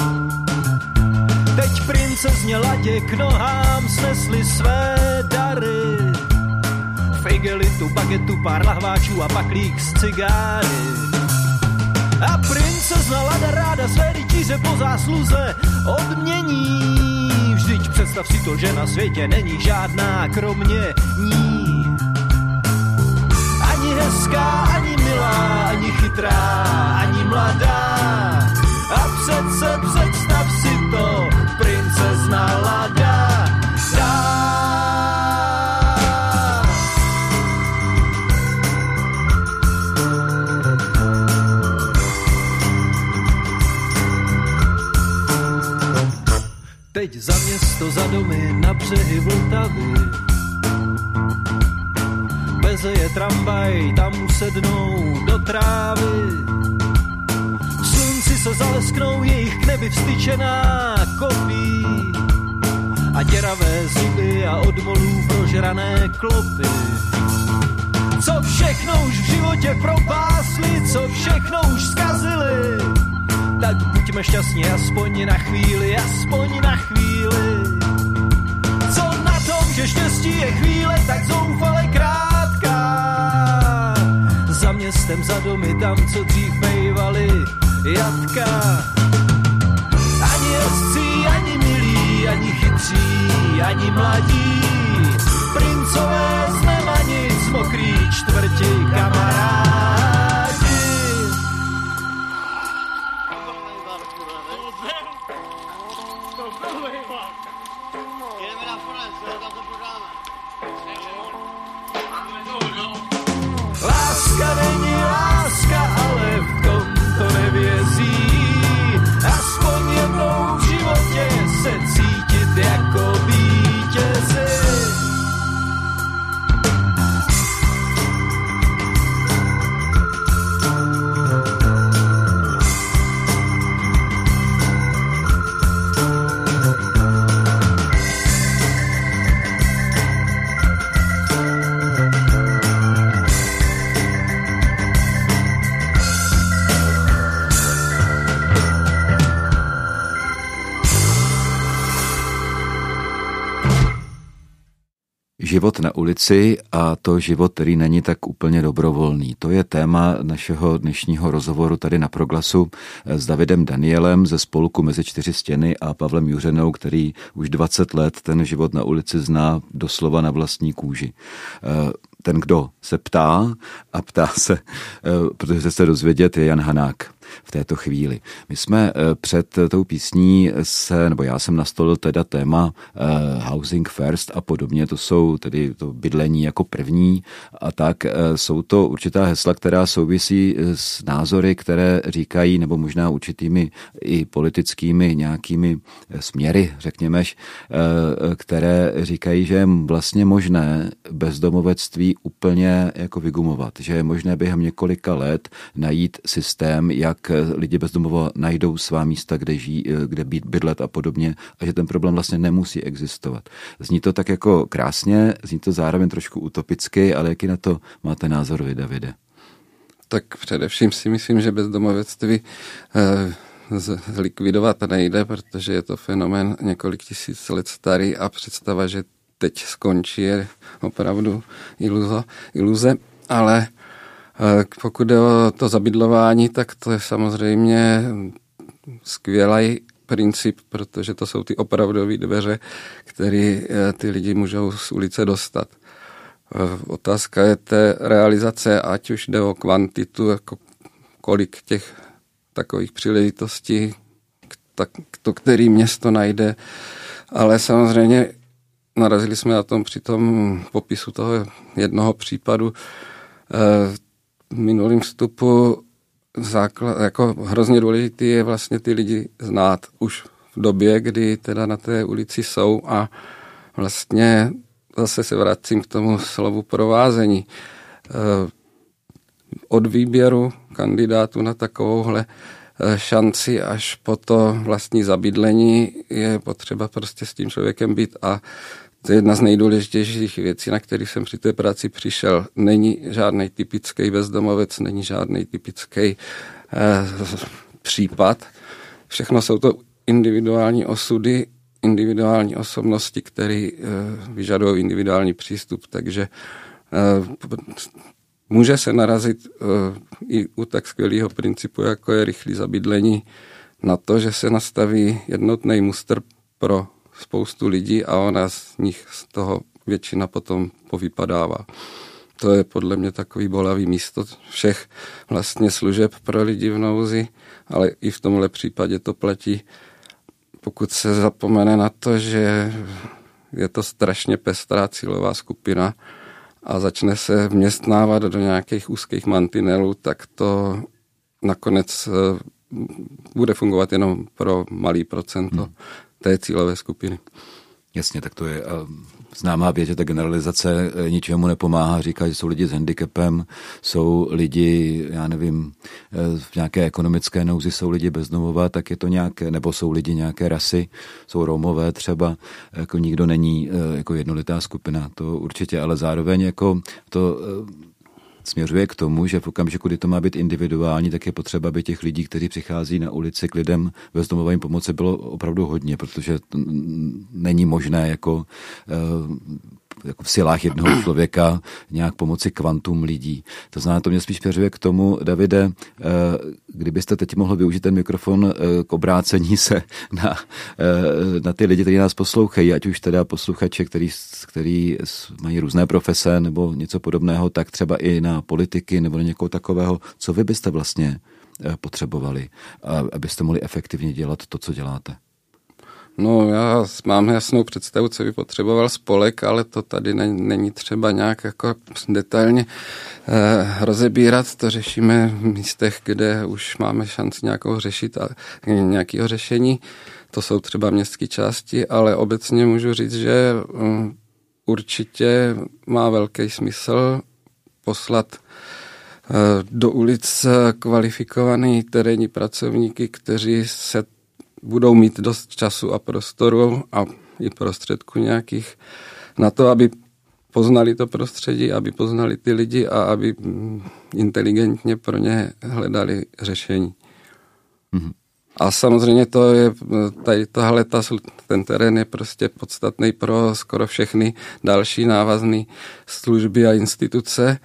Teď princezně Ladě k nohám snesli své dary. V igelitu, bagetu, pár lahváčů a paklík z cigáry. A princezna Lada ráda své rytíře po zásluze odmění. Vždyť představ si to, že na světě není žádná kromě ní. Ani hezká, ani milá, ani chytrá, ani mladá. A přece představ si to, princezna Lada dá. Teď za město, za domy, na břehy Vltavy doveze je tramvaj, tam usednou do trávy. Slunci se zalesknou, jejich k nebi vstyčená kopí a děravé zuby a od molů prožrané klopy. Co všechno už v životě propásli, co všechno už zkazili, tak buďme šťastní aspoň na chvíli, aspoň na chvíli. Co na tom, že štěstí je chvíle tak zoufale krátká, za městem, za domy, tam, co dřív bejvali jatka. Ani jezdcí, ani milí, ani chytří, ani mladí, princové z Nemanic, mokrý čtvrti kamarádi. Láska není láska, ale v tom to nevězí. Aspoň jednou v životě se cítit jako vítězi. Život na ulici a to život, který není tak úplně dobrovolný. To je téma našeho dnešního rozhovoru tady na Proglasu s Davidem Danielem ze spolku Mezi čtyři stěny a Pavlem Juřenou, který už dvacet let ten život na ulici zná doslova na vlastní kůži. Ten, kdo se ptá a ptá se, protože se dozvědět, je Jan Hanák v této chvíli. My jsme před tou písní se, nebo já jsem nastolil teda téma uh, housing first a podobně, to jsou tedy to bydlení jako první a tak uh, jsou to určitá hesla, která souvisí s názory, které říkají, nebo možná určitými i politickými nějakými směry, řekněme, uh, které říkají, že je vlastně možné bezdomovectví úplně jako vygumovat, že je možné během několika let najít systém, jak lidi bezdomova najdou svá místa, kde žijí, kde být, bydlet a podobně a že ten problém vlastně nemusí existovat. Zní to tak jako krásně, zní to zároveň trošku utopicky, ale jaký na to máte názor vy, Davide? Tak především si myslím, že bezdomovectví eh, zlikvidovat nejde, protože je to fenomén několik tisíc let starý a představa, že teď skončí, je opravdu iluzo, iluze, ale pokud jde o to zabydlování, tak to je samozřejmě skvělý princip, protože to jsou ty opravdové dveře, které ty lidi můžou z ulice dostat. Otázka je té realizace, ať už jde o kvantitu, jako kolik těch takových příležitostí, tak to, který město najde, ale samozřejmě narazili jsme na tom při tom popisu toho jednoho případu, v minulým vstupu základ, jako hrozně důležitý je vlastně ty lidi znát už v době, kdy teda na té ulici jsou a vlastně zase se vracím k tomu slovu provázení. Od výběru kandidátů na takovouhle šanci až po to vlastní zabydlení je potřeba prostě s tím člověkem být a to je jedna z nejdůležitějších věcí, na který jsem při té práci přišel. Není žádný typický bezdomovec, není žádný typický eh, případ. Všechno jsou to individuální osudy, individuální osobnosti, které eh, vyžadují individuální přístup, takže eh, může se narazit eh, i u tak skvělého principu, jako je rychlé zabydlení, na to, že se nastaví jednotný mustr pro spoustu lidí a ona z nich z toho většina potom povypadává. To je podle mě takový bolavý místo všech vlastně služeb pro lidi v nouzi, ale i v tomhle případě to platí, pokud se zapomene na to, že je to strašně pestrá cílová skupina a začne se vměstnávat do nějakých úzkých mantinelů, tak to nakonec bude fungovat jenom pro malý procento hmm. té cílové skupiny. Jasně, tak to je známá věc, že ta generalizace ničemu nepomáhá. Říká, že jsou lidi s handicapem, jsou lidi, já nevím, v nějaké ekonomické nouzi, jsou lidi bezdomova, tak je to nějaké, nebo jsou lidi nějaké rasy, jsou Romové třeba, jako nikdo není jako jednolitá skupina, to určitě, ale zároveň jako to směřuje k tomu, že v okamžiku, kdy to má být individuální, tak je potřeba, aby těch lidí, kteří přichází na ulici k lidem bezdomovým pomoci, bylo opravdu hodně, protože není možné jako, jako v silách jednoho člověka nějak pomoci kvantum lidí. To znamená, to mě spíš směřuje k tomu, Davide, kdybyste teď mohl využít ten mikrofon k obrácení se na, na ty lidi, kteří nás poslouchají, ať už teda posluchače, který, který mají různé profese nebo něco podobného, tak třeba i na politiky nebo na někoho takového, co vy byste vlastně potřebovali, abyste mohli efektivně dělat to, co děláte? No, já mám jasnou představu, co by potřeboval spolek, ale to tady není třeba nějak jako detailně eh, rozebírat. To řešíme v místech, kde už máme šanci nějakou řešit a nějakého řešení. To jsou třeba městské části, ale obecně můžu říct, že um, určitě má velký smysl poslat eh, do ulic kvalifikovaný terénní pracovníky, kteří se budou mít dost času a prostoru a i prostředku nějakých na to, aby poznali to prostředí, aby poznali ty lidi a aby inteligentně pro ně hledali řešení. Mm-hmm. A samozřejmě to je, tady tahle, ta, ten terén je prostě podstatný pro skoro všechny další návazné služby a instituce,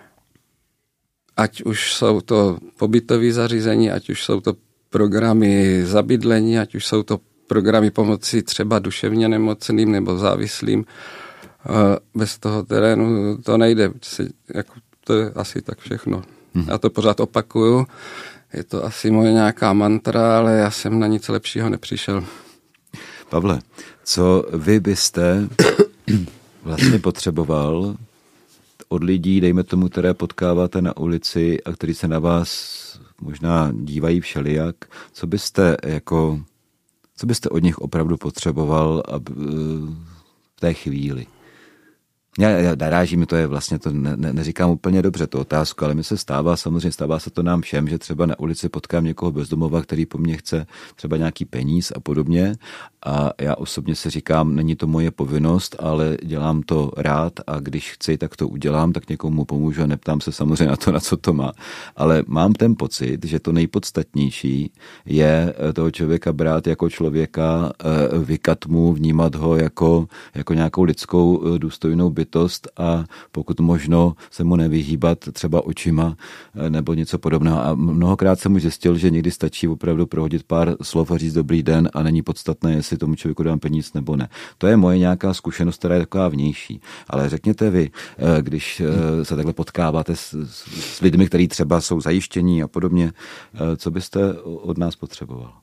ať už jsou to pobytové zařízení, ať už jsou to programy zabydlení, ať už jsou to programy pomoci třeba duševně nemocným nebo závislým. Bez toho terénu to nejde. To je asi tak všechno. Já to pořád opakuju. Je to asi moje nějaká mantra, ale já jsem na nic lepšího nepřišel. Pavle, co vy byste vlastně potřeboval od lidí, dejme tomu, které potkáváte na ulici a kteří se na vás možná dívají všelijak, co byste jako, co byste od nich opravdu potřeboval aby, v té chvíli? Já, já naráží mi to je vlastně, to ne, ne, neříkám úplně dobře tu otázku, ale mi se stává, samozřejmě stává se to nám všem, že třeba na ulici potkám někoho bezdomova, který po mně chce třeba nějaký peníz a podobně a já osobně si říkám, není to moje povinnost, ale dělám to rád a když chci, tak to udělám, tak někomu pomůžu a neptám se samozřejmě na to, na co to má. Ale mám ten pocit, že to nejpodstatnější je toho člověka brát jako člověka, vykat mu, vnímat ho jako, jako nějakou lidskou důstojnou bytost a pokud možno se mu nevyhýbat třeba očima nebo něco podobného. A mnohokrát jsem už zjistil, že někdy stačí opravdu prohodit pár slov a říct dobrý den a není podstatné, jestli tomu člověku dám peníz nebo ne. To je moje nějaká zkušenost, která je taková vnější. Ale řekněte vy, když se takhle potkáváte s, s lidmi, kteří třeba jsou zajištění a podobně, co byste od nás potřeboval?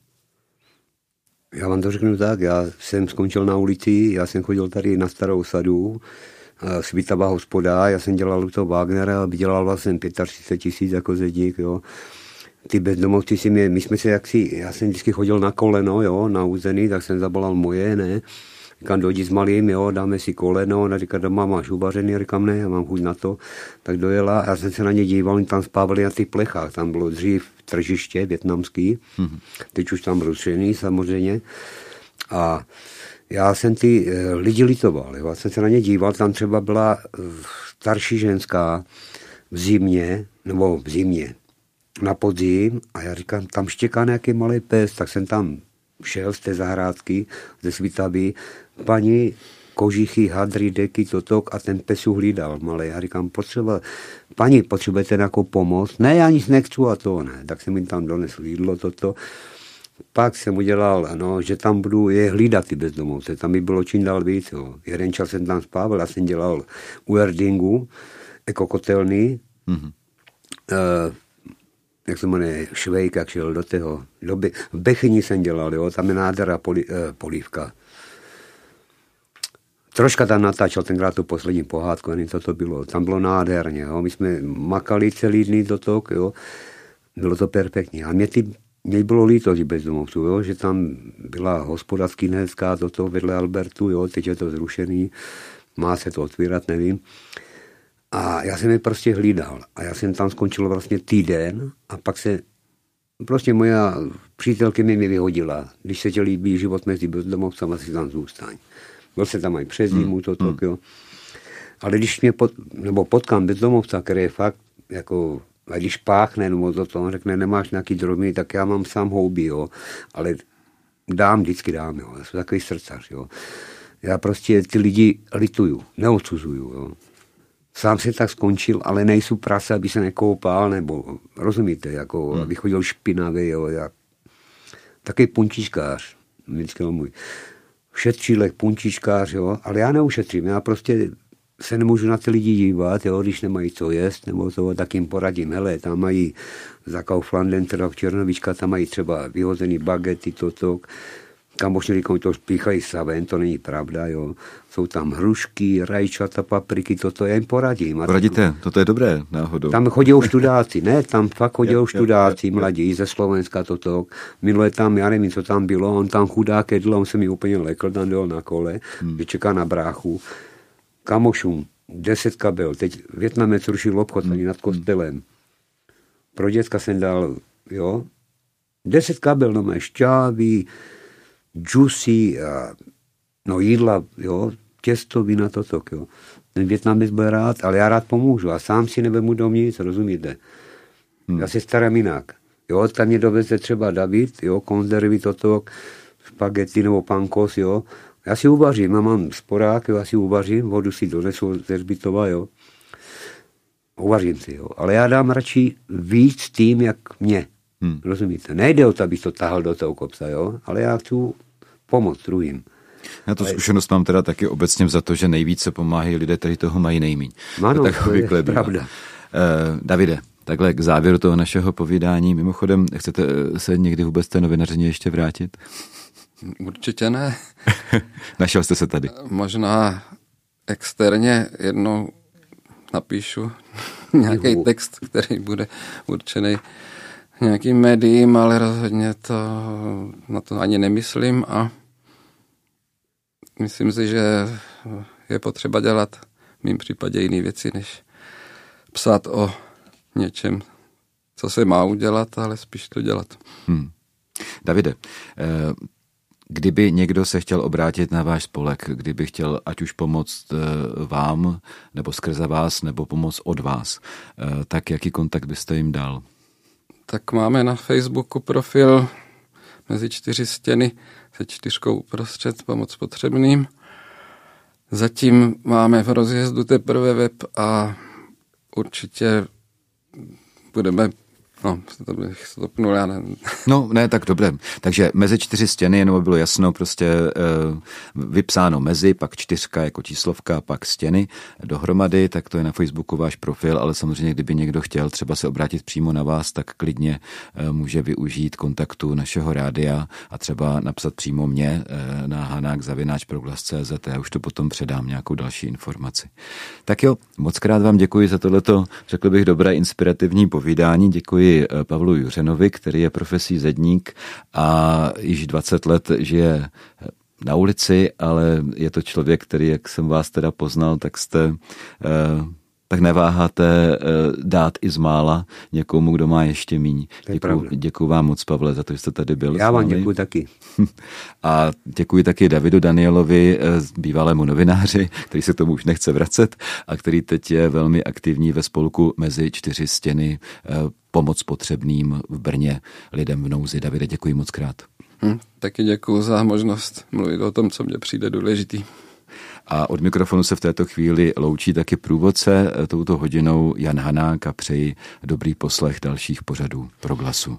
Já vám to řeknu tak, já jsem skončil na ulici, já jsem chodil tady na Starou sadu, svítavá hospoda, já jsem dělal u toho Wagnera a vydělal jsem třicet pět tisíc jako zedník, jo. Ty bezdomovci si mě, my jsme se jaksi, já jsem vždycky chodil na koleno, jo, na úzený, tak jsem zabalal moje, ne. Říkám, dojdi s malým, jo, dáme si koleno, ona říká, doma máš uvařený, říkám, ne, já mám chuť na to, tak dojela a já jsem se na ně díval, oni tam spávali na těch plechách, tam bylo dřív tržiště větnamský, mm-hmm. Teď už tam rušený samozřejmě a já jsem ty e, lidi litoval, jo, já jsem se na ně díval, tam třeba byla starší ženská v zimě, nebo v zimě, na podzim a já říkám, tam štěká nějaký malý pes, tak jsem tam šel z té zahrádky, ze Svitavy, paní kožichy, hadry, deky, totok a ten pes uhlídal malý. Já říkám, potřeba, paní, potřebujete nějakou pomoc? Ne, já nic nechci a to ne. Tak jsem jim tam donesl jídlo, toto. Pak jsem udělal, no, že tam budu je hlídat ty bezdomovce. Tam by bylo čím dál víc. Jo. Jeden čas jsem tam spával, já jsem dělal u Erdingu, ekokotelný, mm-hmm. uh, jak se jmenuje, Švejk, jak šel do toho, do Be- v Bechyni jsem dělal, jo, tam je nádhera poli, eh, polívka. Troška tam natáčel tenkrát tu poslední pohádku, ani to to bylo, tam bylo nádherně, jo, my jsme makali celý dny do toho, jo, bylo to perfektní. A mě ty mě bylo líto těch bezdomovců, jo, že tam byla hospoda skinheadská, toto vedle Albertu, jo, teď je to zrušený, má se to otvírat, nevím. A já jsem je prostě hlídal. A já jsem tam skončil vlastně týden a pak se prostě moja přítelky mi vyhodila. Když se tě líbí život mezi bezdomovcama, si tam zůstaň. Byl se tam aj přes zimu, hmm. toto, hmm. jo. Ale když mě pot, nebo potkám bezdomovca, který je fakt jako, a když páchne, nebo to, to on řekne, nemáš nějaký drobný, tak já mám sám houby, jo. Ale dám, vždycky dám, jo. Já jsem takový srdcař, jo. Já prostě ty lidi lituju, neodsuzuju, jo. Sám se tak skončil, ale nejsou prase, aby se nekoupal, nebo rozumíte, jako, hmm. aby chodil špinavý, jo. Já, takový puntičkář, vždycky můj. Šetřílek, puntičkář, jo. Ale já neušetřím, já prostě se nemůžu na ty lidi dívat, jo, když nemají co jíst, nebo to, tak jim poradím, hele, tam mají za Kauflandem, teda v Černovička, tam mají třeba vyhozený bagety, toto, kamoši říkají, to píchají saven, to není pravda, jo. Jsou tam hrušky, rajčata, papriky, toto, já jim poradím. Poradíte, toto je dobré náhodou. Tam chodí študáci, ne, tam fakt chodí študáci, mladí ze Slovenska, toto. Minule tam, já nevím, co tam bylo, on tam chudák jedl, on se mi úplně lekl, tam dal na kole, hmm. že čeká na bráchu. Kamošům, deset kabel, teď Vietnamec rušil obchod tady nad kostelem. Pro děcka jsem dal, jo, deset kabel, no má šťávy, džusy, a, no jídla, jo, těsto, vína, toto, jo. Ten Vietnamec byl rád, ale já rád pomůžu a sám si nevemu do nic, rozumíte? Hmm. Já se starám jinak. Jo, tam mě doveze třeba David, jo, konzervy, toto, špagety nebo pankos, jo. Já si uvařím, já mám sporák, jo, já si uvařím, vodu si donesu ze Zbytova, jo. Uvařím si, jo. Ale já dám radši víc tím, jak mě. Hmm. Rozumíte? Nejde o to, abych to tahal do toho kopce, jo. Ale já chci pomoct druhým. Já tu zkušenost mám teda taky obecně za to, že nejvíce pomáhají lidé, kteří toho mají nejmíň. Ano, to, to je pravda. Uh, Davide, takhle k závěru toho našeho povídání. Mimochodem, chcete se někdy vůbec té novinařině ještě vrátit? Určitě ne. Našel jste se tady. Možná externě jednou napíšu nějaký text, který bude určený nějakým médiím, ale rozhodně to, na to ani nemyslím a myslím si, že je potřeba dělat v mém případě jiné věci, než psát o něčem, co se má udělat, ale spíš to dělat. Hmm. Davide, eh, kdyby někdo se chtěl obrátit na váš spolek, kdyby chtěl ať už pomoct vám, nebo skrze vás, nebo pomoct od vás, tak jaký kontakt byste jim dal? Tak máme na Facebooku profil Mezi čtyři stěny se čtyřkou uprostřed pomoc potřebným. Zatím máme v rozjezdu teprve web a určitě budeme. No, to bych stopnul, já nevím. No, ne, tak dobré. Takže mezi čtyři stěny, jenom bylo jasno, prostě e, vypsáno mezi, pak čtyřka jako číslovka, pak stěny dohromady, tak to je na Facebooku váš profil, ale samozřejmě, kdyby někdo chtěl třeba se obrátit přímo na vás, tak klidně e, může využít kontaktu našeho rádia a třeba napsat přímo mě e, na hanák zavináč proglas tečka cé zet. Já už to potom předám nějakou další informaci. Tak jo, moc krát vám děkuji za tohleto, řekl bych, dobré inspirativní povídání. Děkuji Pavlu Juřenovi, který je profesí zedník a již dvacet let žije na ulici, ale je to člověk, který, jak jsem vás teda poznal, tak jste tak neváháte dát i z mála někomu, kdo má ještě míň. Děkuju, děkuju vám moc, Pavle, za to, že jste tady byl. Já vám děkuju taky. A děkuji taky Davidu Danielovi, bývalému novináři, který se tomu už nechce vracet a který teď je velmi aktivní ve spolku Mezi čtyři stěny pomoc potřebným v Brně lidem v nouzi. Davide, děkuji moc krát. Hm, taky děkuji za možnost mluvit o tom, co mně přijde důležitý. A od mikrofonu se v této chvíli loučí taky průvodce touto hodinou Jan Hanák a přeji dobrý poslech dalších pořadů Proglasu.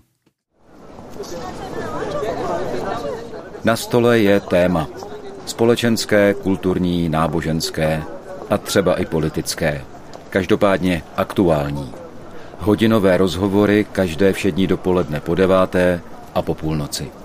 Na stole je téma. Společenské, kulturní, náboženské a třeba i politické. Každopádně aktuální. Hodinové rozhovory každé všední dopoledne po deváté a po půlnoci.